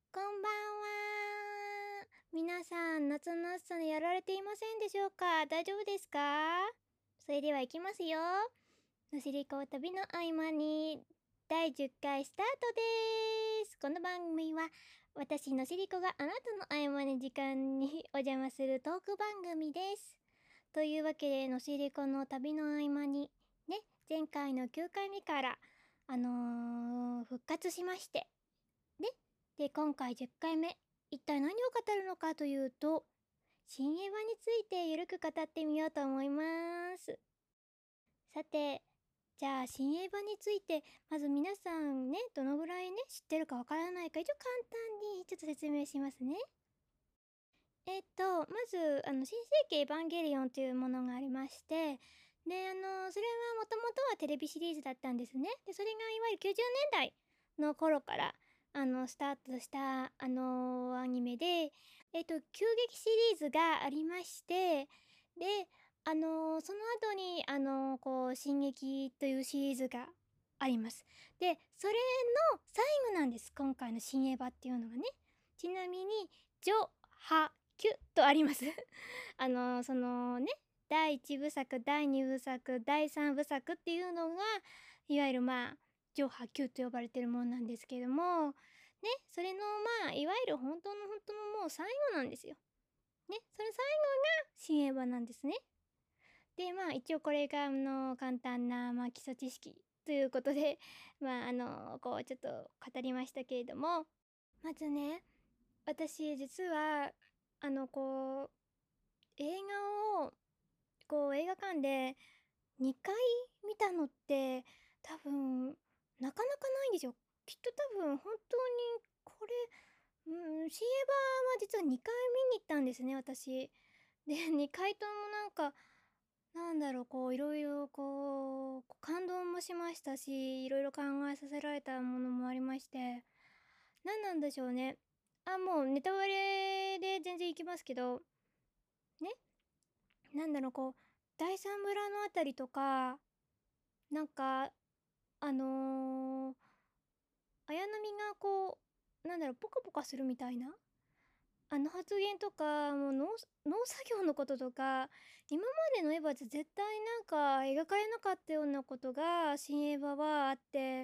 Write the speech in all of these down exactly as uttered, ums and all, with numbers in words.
こんばんは。皆さん、夏の暑さでやられていませんでしょうか？大丈夫ですか？それでは行きますよ。のしりこ旅の合間にだいじゅっかいスタートです。この番組は私のしりこがあなたの合間に時間にお邪魔するトーク番組です。というわけで、のしりこの旅の合間にね、前回のきゅうかいめからあのー、復活しましてね。で、今回じゅっかいめ、一体何を語るのかというと、新エヴァについてゆるく語ってみようと思います。さて、じゃあ新エヴァについて、まず皆さんね、どのぐらいね、知ってるかわからないか、一応簡単にちょっと説明しますね。えっと、まず、あの、新世紀エヴァンゲリオンというものがありまして、で、あの、それはもともとはテレビシリーズだったんですね。で、それがいわゆるきゅうじゅうねんだいの頃から、あの、スタートした、あのアニメで、えっと、急激シリーズがありまして、で、あのその後に、あのこう、進撃というシリーズがあります。で、それの最後なんです、今回の新エヴァっていうのがね。ちなみに、ジョ、ハ、キュッとありますあのそのね、だいいちぶさく、だいにぶさく、だいさんぶさくっていうのがいわゆるまあ上波級と呼ばれてるものなんですけどもね、それのまあいわゆる本当の本当のもう最後なんですよね。その最後が新エヴァなんですね。でまあ一応これがあの簡単なまあ基礎知識ということでまああのこうちょっと語りましたけれども、まずね、私実はあのこう映画をこう映画館でにかい見たのって多分なかなかないんですよ。きっと多分本当にこれ、うん、新エヴァは実はにかい見に行ったんですね、私。で、にかいともなんか、なんだろう、こういろいろこう感動もしましたし、いろいろ考えさせられたものもありまして、何なんでしょうね。あ、もうネタバレで全然いきますけど、ね、なんだろう、こう第三村のあたりとか、なんかあのー、綾波がこうなんだろうポカポカするみたいなあの発言とか、もう農農作業のこととか、今までのエヴァじゃ絶対なんか描かれなかったようなことが新エヴァはあって、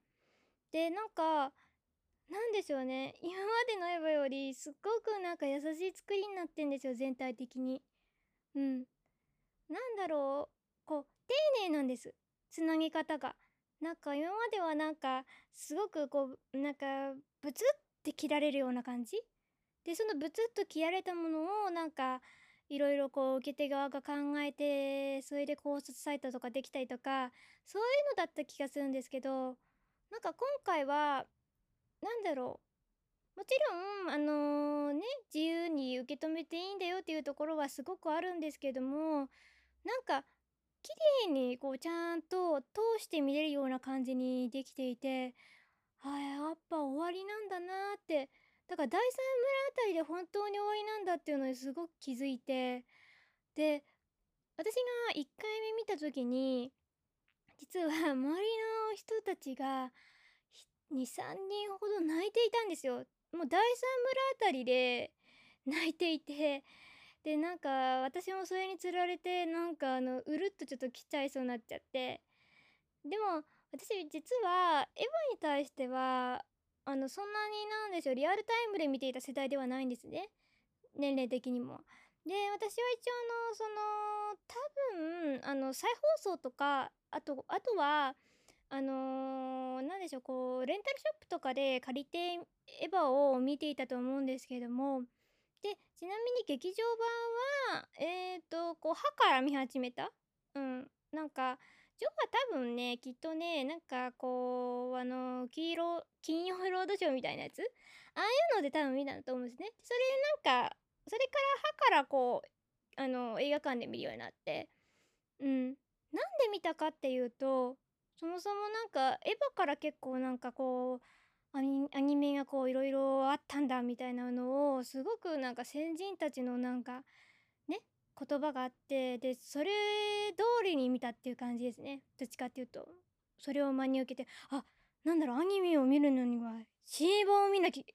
でなんかなんでしょうね、今までのエヴァよりすっごくなんか優しい作りになってんですよ、全体的に。うん、なんだろう、こう丁寧なんです、つなぎ方が。なんか今まではなんかすごくこうなんかブツって切られるような感じで、そのブツッと切られたものをなんかいろいろこう受け手側が考えて、それで考察サイトとかできたりとか、そういうのだった気がするんですけど、なんか今回はなんだろう、もちろんあのね、自由に受け止めていいんだよっていうところはすごくあるんですけども、なんか綺麗にこうちゃんと通して見れるような感じにできていて、あ、やっぱ終わりなんだなーって。だから第三村あたりで本当に終わりなんだっていうのにすごく気づいて、で、私がいっかいめ見た時に、実は周りの人たちがに、さんにんほど泣いていたんですよ。もう第三村あたりで泣いていて、で、なんか私もそれにつられて、なんかあの、うるっとちょっと来ちゃいそうになっちゃって。でも、私実はエヴァに対しては、あの、そんなになんでしょう、リアルタイムで見ていた世代ではないんですね。年齢的にも。で、私は一応あの、その、多分、あの、再放送とか、あとあとは、あの、なんでしょう、こう、レンタルショップとかで借りてエヴァを見ていたと思うんですけども、で、ちなみに劇場版は、えっと、こう、歯から見始めた。うん。なんか、ジョは多分ね、きっとね、なんかこう、あの、黄色金曜ロードショーみたいなやつ？ああいうので多分見たと思うんですね。それなんか、それから歯からこう、あの、映画館で見るようになって、うん。なんで見たかっていうと、そもそもなんかエヴァから結構なんかこう、アニアニメがこういろいろあったんだみたいなのをすごくなんか先人たちのなんかね、言葉があって、で、それ通りに見たっていう感じですね。どっちかっていうと。それを真に受けて、あ、なんだろう、アニメを見るのには シー 版を見なきゃ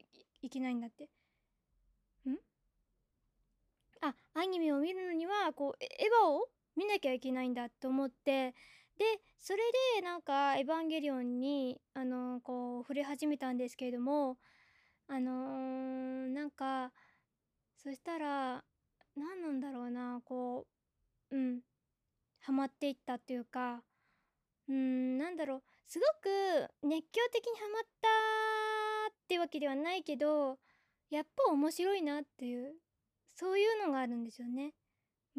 いけないんだって。んあ、アニメを見るのには、こう、エエヴァを見なきゃいけないんだと思って、で、それでなんかエヴァンゲリオンに、あの、こう、触れ始めたんですけれども、あのーなんか、そしたら、何なんだろうな、こう、うん、ハマっていったっていうか、うーん、なんだろう、すごく熱狂的にハマったってわけではないけど、やっぱ面白いなっていう、そういうのがあるんですよね。うん。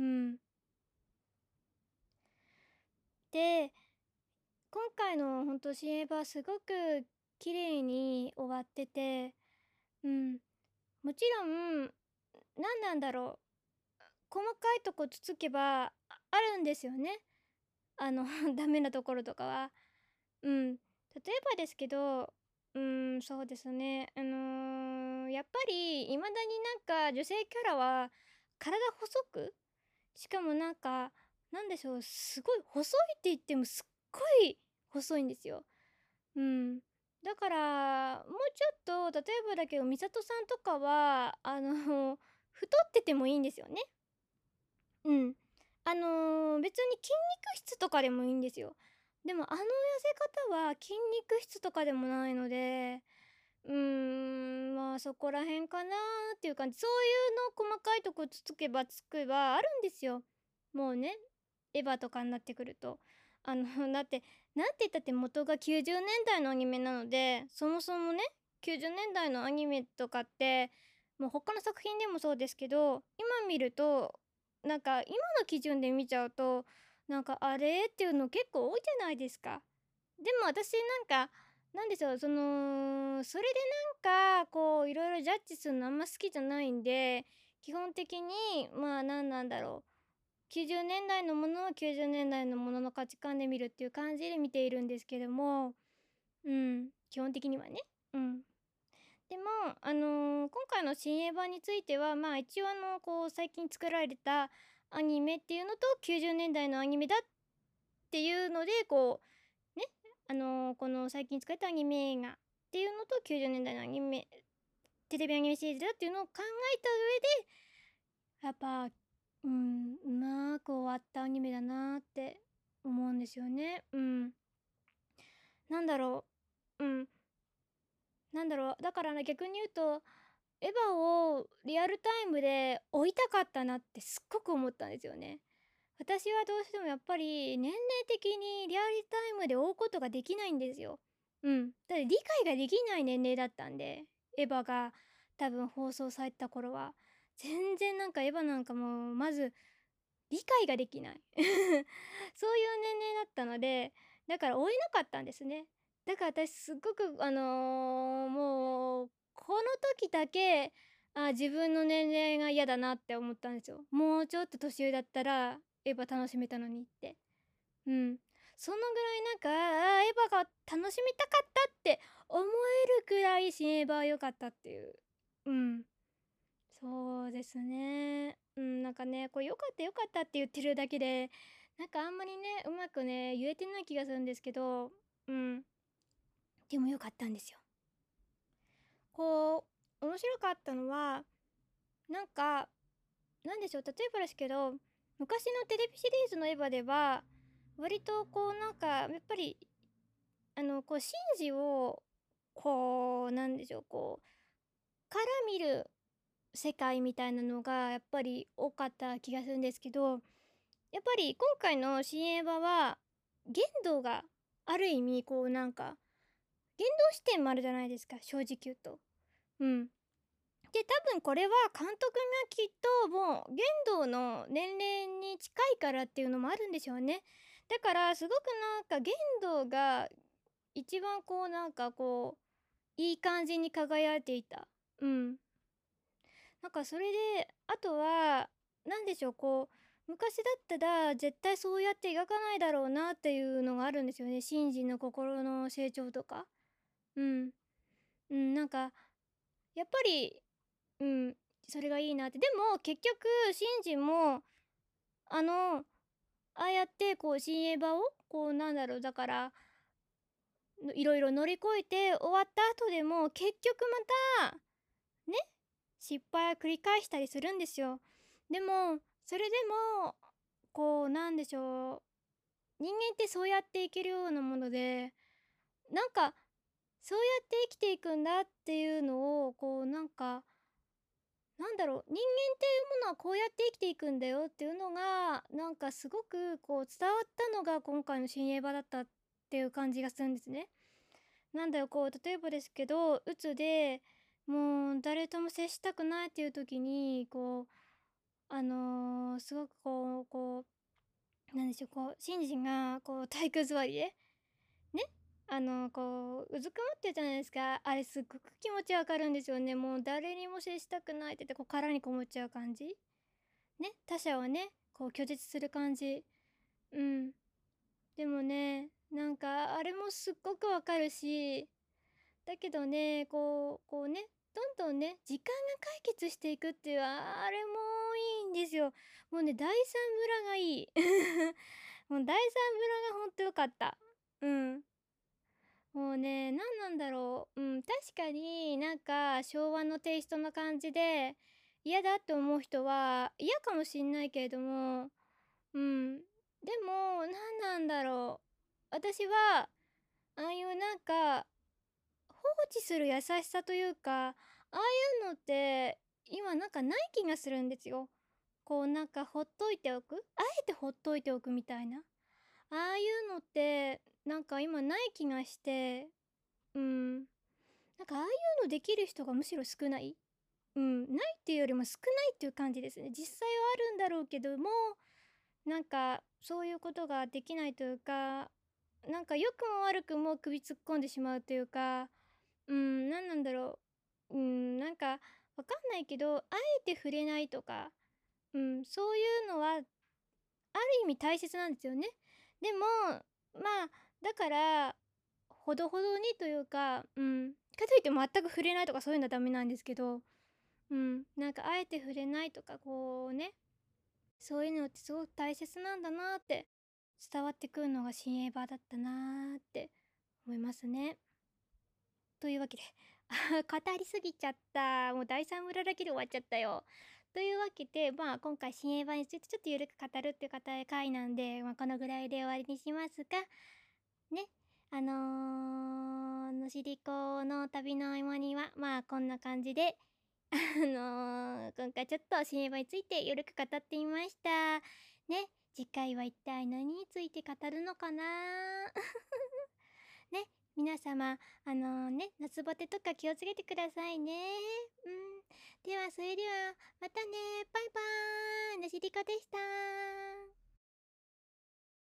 で、今回のほんと新エヴァすごく綺麗に終わってて、うん。もちろん、何なんだろう、細かいとこつつけば、ああるんですよね。あのダメなところとかは。うん。例えばですけど、うーん、そうですね。あの、やっぱり未だになんか女性キャラは体細く、しかもなんか、なんでしょう、すごい細いって言ってもすっごい細いんですよ。うん。だから、もうちょっと、例えばだけど、美里さんとかは、あの、太っててもいいんですよね。うん。あの、別に筋肉質とかでもいいんですよ。でも、あの痩せ方は筋肉質とかでもないので、うーん、まあ、そこら辺かなっていう感じ。そういうの細かいとこつつけばつけばあるんですよ。もうね、エヴァとかになってくると。あの、だって、なんて言ったって元がきゅうじゅうねんだいのアニメなので、そもそもね、きゅうじゅうねんだいのアニメとかって、もう他の作品でもそうですけど、今見ると、なんか今の基準で見ちゃうと、なんかあれっていうの結構多いじゃないですか。でも私なんか、なんでしょう、その、それでなんか、こう、いろいろジャッジするのあんま好きじゃないんで、基本的に、まあ、なんなんだろう。きゅうじゅうねんだいのものはきゅうじゅうねんだいのものの価値観で見るっていう感じで見ているんですけども、うん、基本的にはね。うん。でも、あのー今回の新エヴァについては、まあ一応あの、こう、最近作られたアニメっていうのと、きゅうじゅうねんだいのアニメだっていうので、こう、ね、あのーこの最近作られたアニメ映画っていうのと、きゅうじゅうねんだいのアニメ、テレビアニメシリーズだっていうのを考えた上で、やっぱ、うん、うまく終わったアニメだなって思うんですよね。うん。なんだろう。うん。なんだろう。だからね、逆に言うと、エヴァをリアルタイムで追いたかったなってすっごく思ったんですよね。私はどうしてもやっぱり年齢的にリアルタイムで追うことができないんですよ。うん。だって理解ができない年齢だったんで、エヴァが多分放送された頃は。全然なんかエヴァなんかもうまず理解ができない。そういう年齢だったので、だから追えなかったんですね。だから私すっごくあのーもうこの時だけ、あ、自分の年齢が嫌だなって思ったんですよ。もうちょっと年上だったらエヴァ楽しめたのにって。うん。そのぐらいなんか、あーエヴァが楽しみたかったって思えるくらい新エヴァは良かったっていう。うん。そうですね。うん、なんかね、こう良かった良かったって言ってるだけで、なんかあんまりね、うまくね、言えてない気がするんですけど、うん。でも良かったんですよ。こう、面白かったのは、なんか、なんでしょう、例えばですけど、昔のテレビシリーズのエヴァでは、割とこうなんか、やっぱり、あの、こう、シンジを、こう、なんでしょう、こう、から見る世界みたいなのがやっぱり多かった気がするんですけど、やっぱり今回の新エヴァは言動がある意味こうなんか言動視点もあるじゃないですか、正直言うと。うん。で、多分これは監督がきっともう言動の年齢に近いからっていうのもあるんでしょうね。だからすごくなんか言動が一番こうなんかこういい感じに輝いていた。うん。なんかそれで、あとは、なんでしょう、こう、昔だったら絶対そうやって描かないだろうなっていうのがあるんですよね。シンジの心の成長とか。うん。うん、なんか、やっぱり、うん、それがいいなって。でも、結局、シンジも、あの、ああやって、こう、新エヴァを、こう、なんだろう、だから、いろいろ乗り越えて終わった後でも、結局また、 失敗を繰り返したりするんですよ。でも、それでも、こう、なんでしょう、人間ってそうやって生きるようなもので、なんか、そうやって生きていくんだっていうのを、こう、なんか、なんだろう、人間っていうものはこうやって生きていくんだよっていうのが、なんかすごくこう伝わったのが今回の新映画だったっていう感じがするんですね。なんだろう、こう、例えばですけど、鬱で、もう誰とも接したくないっていう時に、こう、あのーすごくこう、こう、なんでしょう、こう、シンジが、こう、体育座りで、ね、あのーこう、うずくまってるじゃないですか。あれすっごく気持ちわかるんですよね。もう誰にも接したくないって言って、こう、殻にこもっちゃう感じ。ね、他者をね、こう、拒絶する感じ。うん。でもね、なんか、あれもすっごくわかるし、だけどね、こう、こうね、どんどんね、時間が解決していくっていう、ああれもいいんですよ。もうね、第三村がいい。もう第三村がほんとよかった。うん。もうね、なんなんだろう。うん、確かになんか昭和のテイストな感じで嫌だって思う人は嫌かもしんないけれども、うん。でも、なんなんだろう。私は、ああいうなんか放置する優しさというか、ああいうのって今なんかない気がするんですよ。こうなんかほっといておく、あえてほっといておくみたいな。ああいうのってなんか今ない気がして、うん。なんかああいうのできる人がむしろ少ない。うん、ないっていうよりも少ないっていう感じですね。実際はあるんだろうけども、なんかそういうことができないというか、なんか良くも悪くも首突っ込んでしまうというか、うん、なんなんだろう。うん、なんかわかんないけど、あえて触れないとか、うん、そういうのはある意味大切なんですよね。でも、まあ、だから、ほどほどにというか、うん、かといって全く触れないとかそういうのはダメなんですけど、うん、なんかあえて触れないとか、こうね、そういうのってすごく大切なんだなって伝わってくるのが新エヴァだったなーって思いますね。というわけで、あー語りすぎちゃった。もう第三村だけで終わっちゃったよ。というわけで、まあ今回新エヴァについてちょっとゆるく語るっていう方回なんで、まあこのぐらいで終わりにしますが、ね、あのー、のしりこの旅の合間には、まあこんな感じで、あのー、今回ちょっと新エヴァについてゆるく語ってみました。ね、次回は一体何について語るのかなね、皆様、あのね、夏バテとか気をつけてくださいね。うん。では、それでは、またね。バイバーイ。なしりこでした。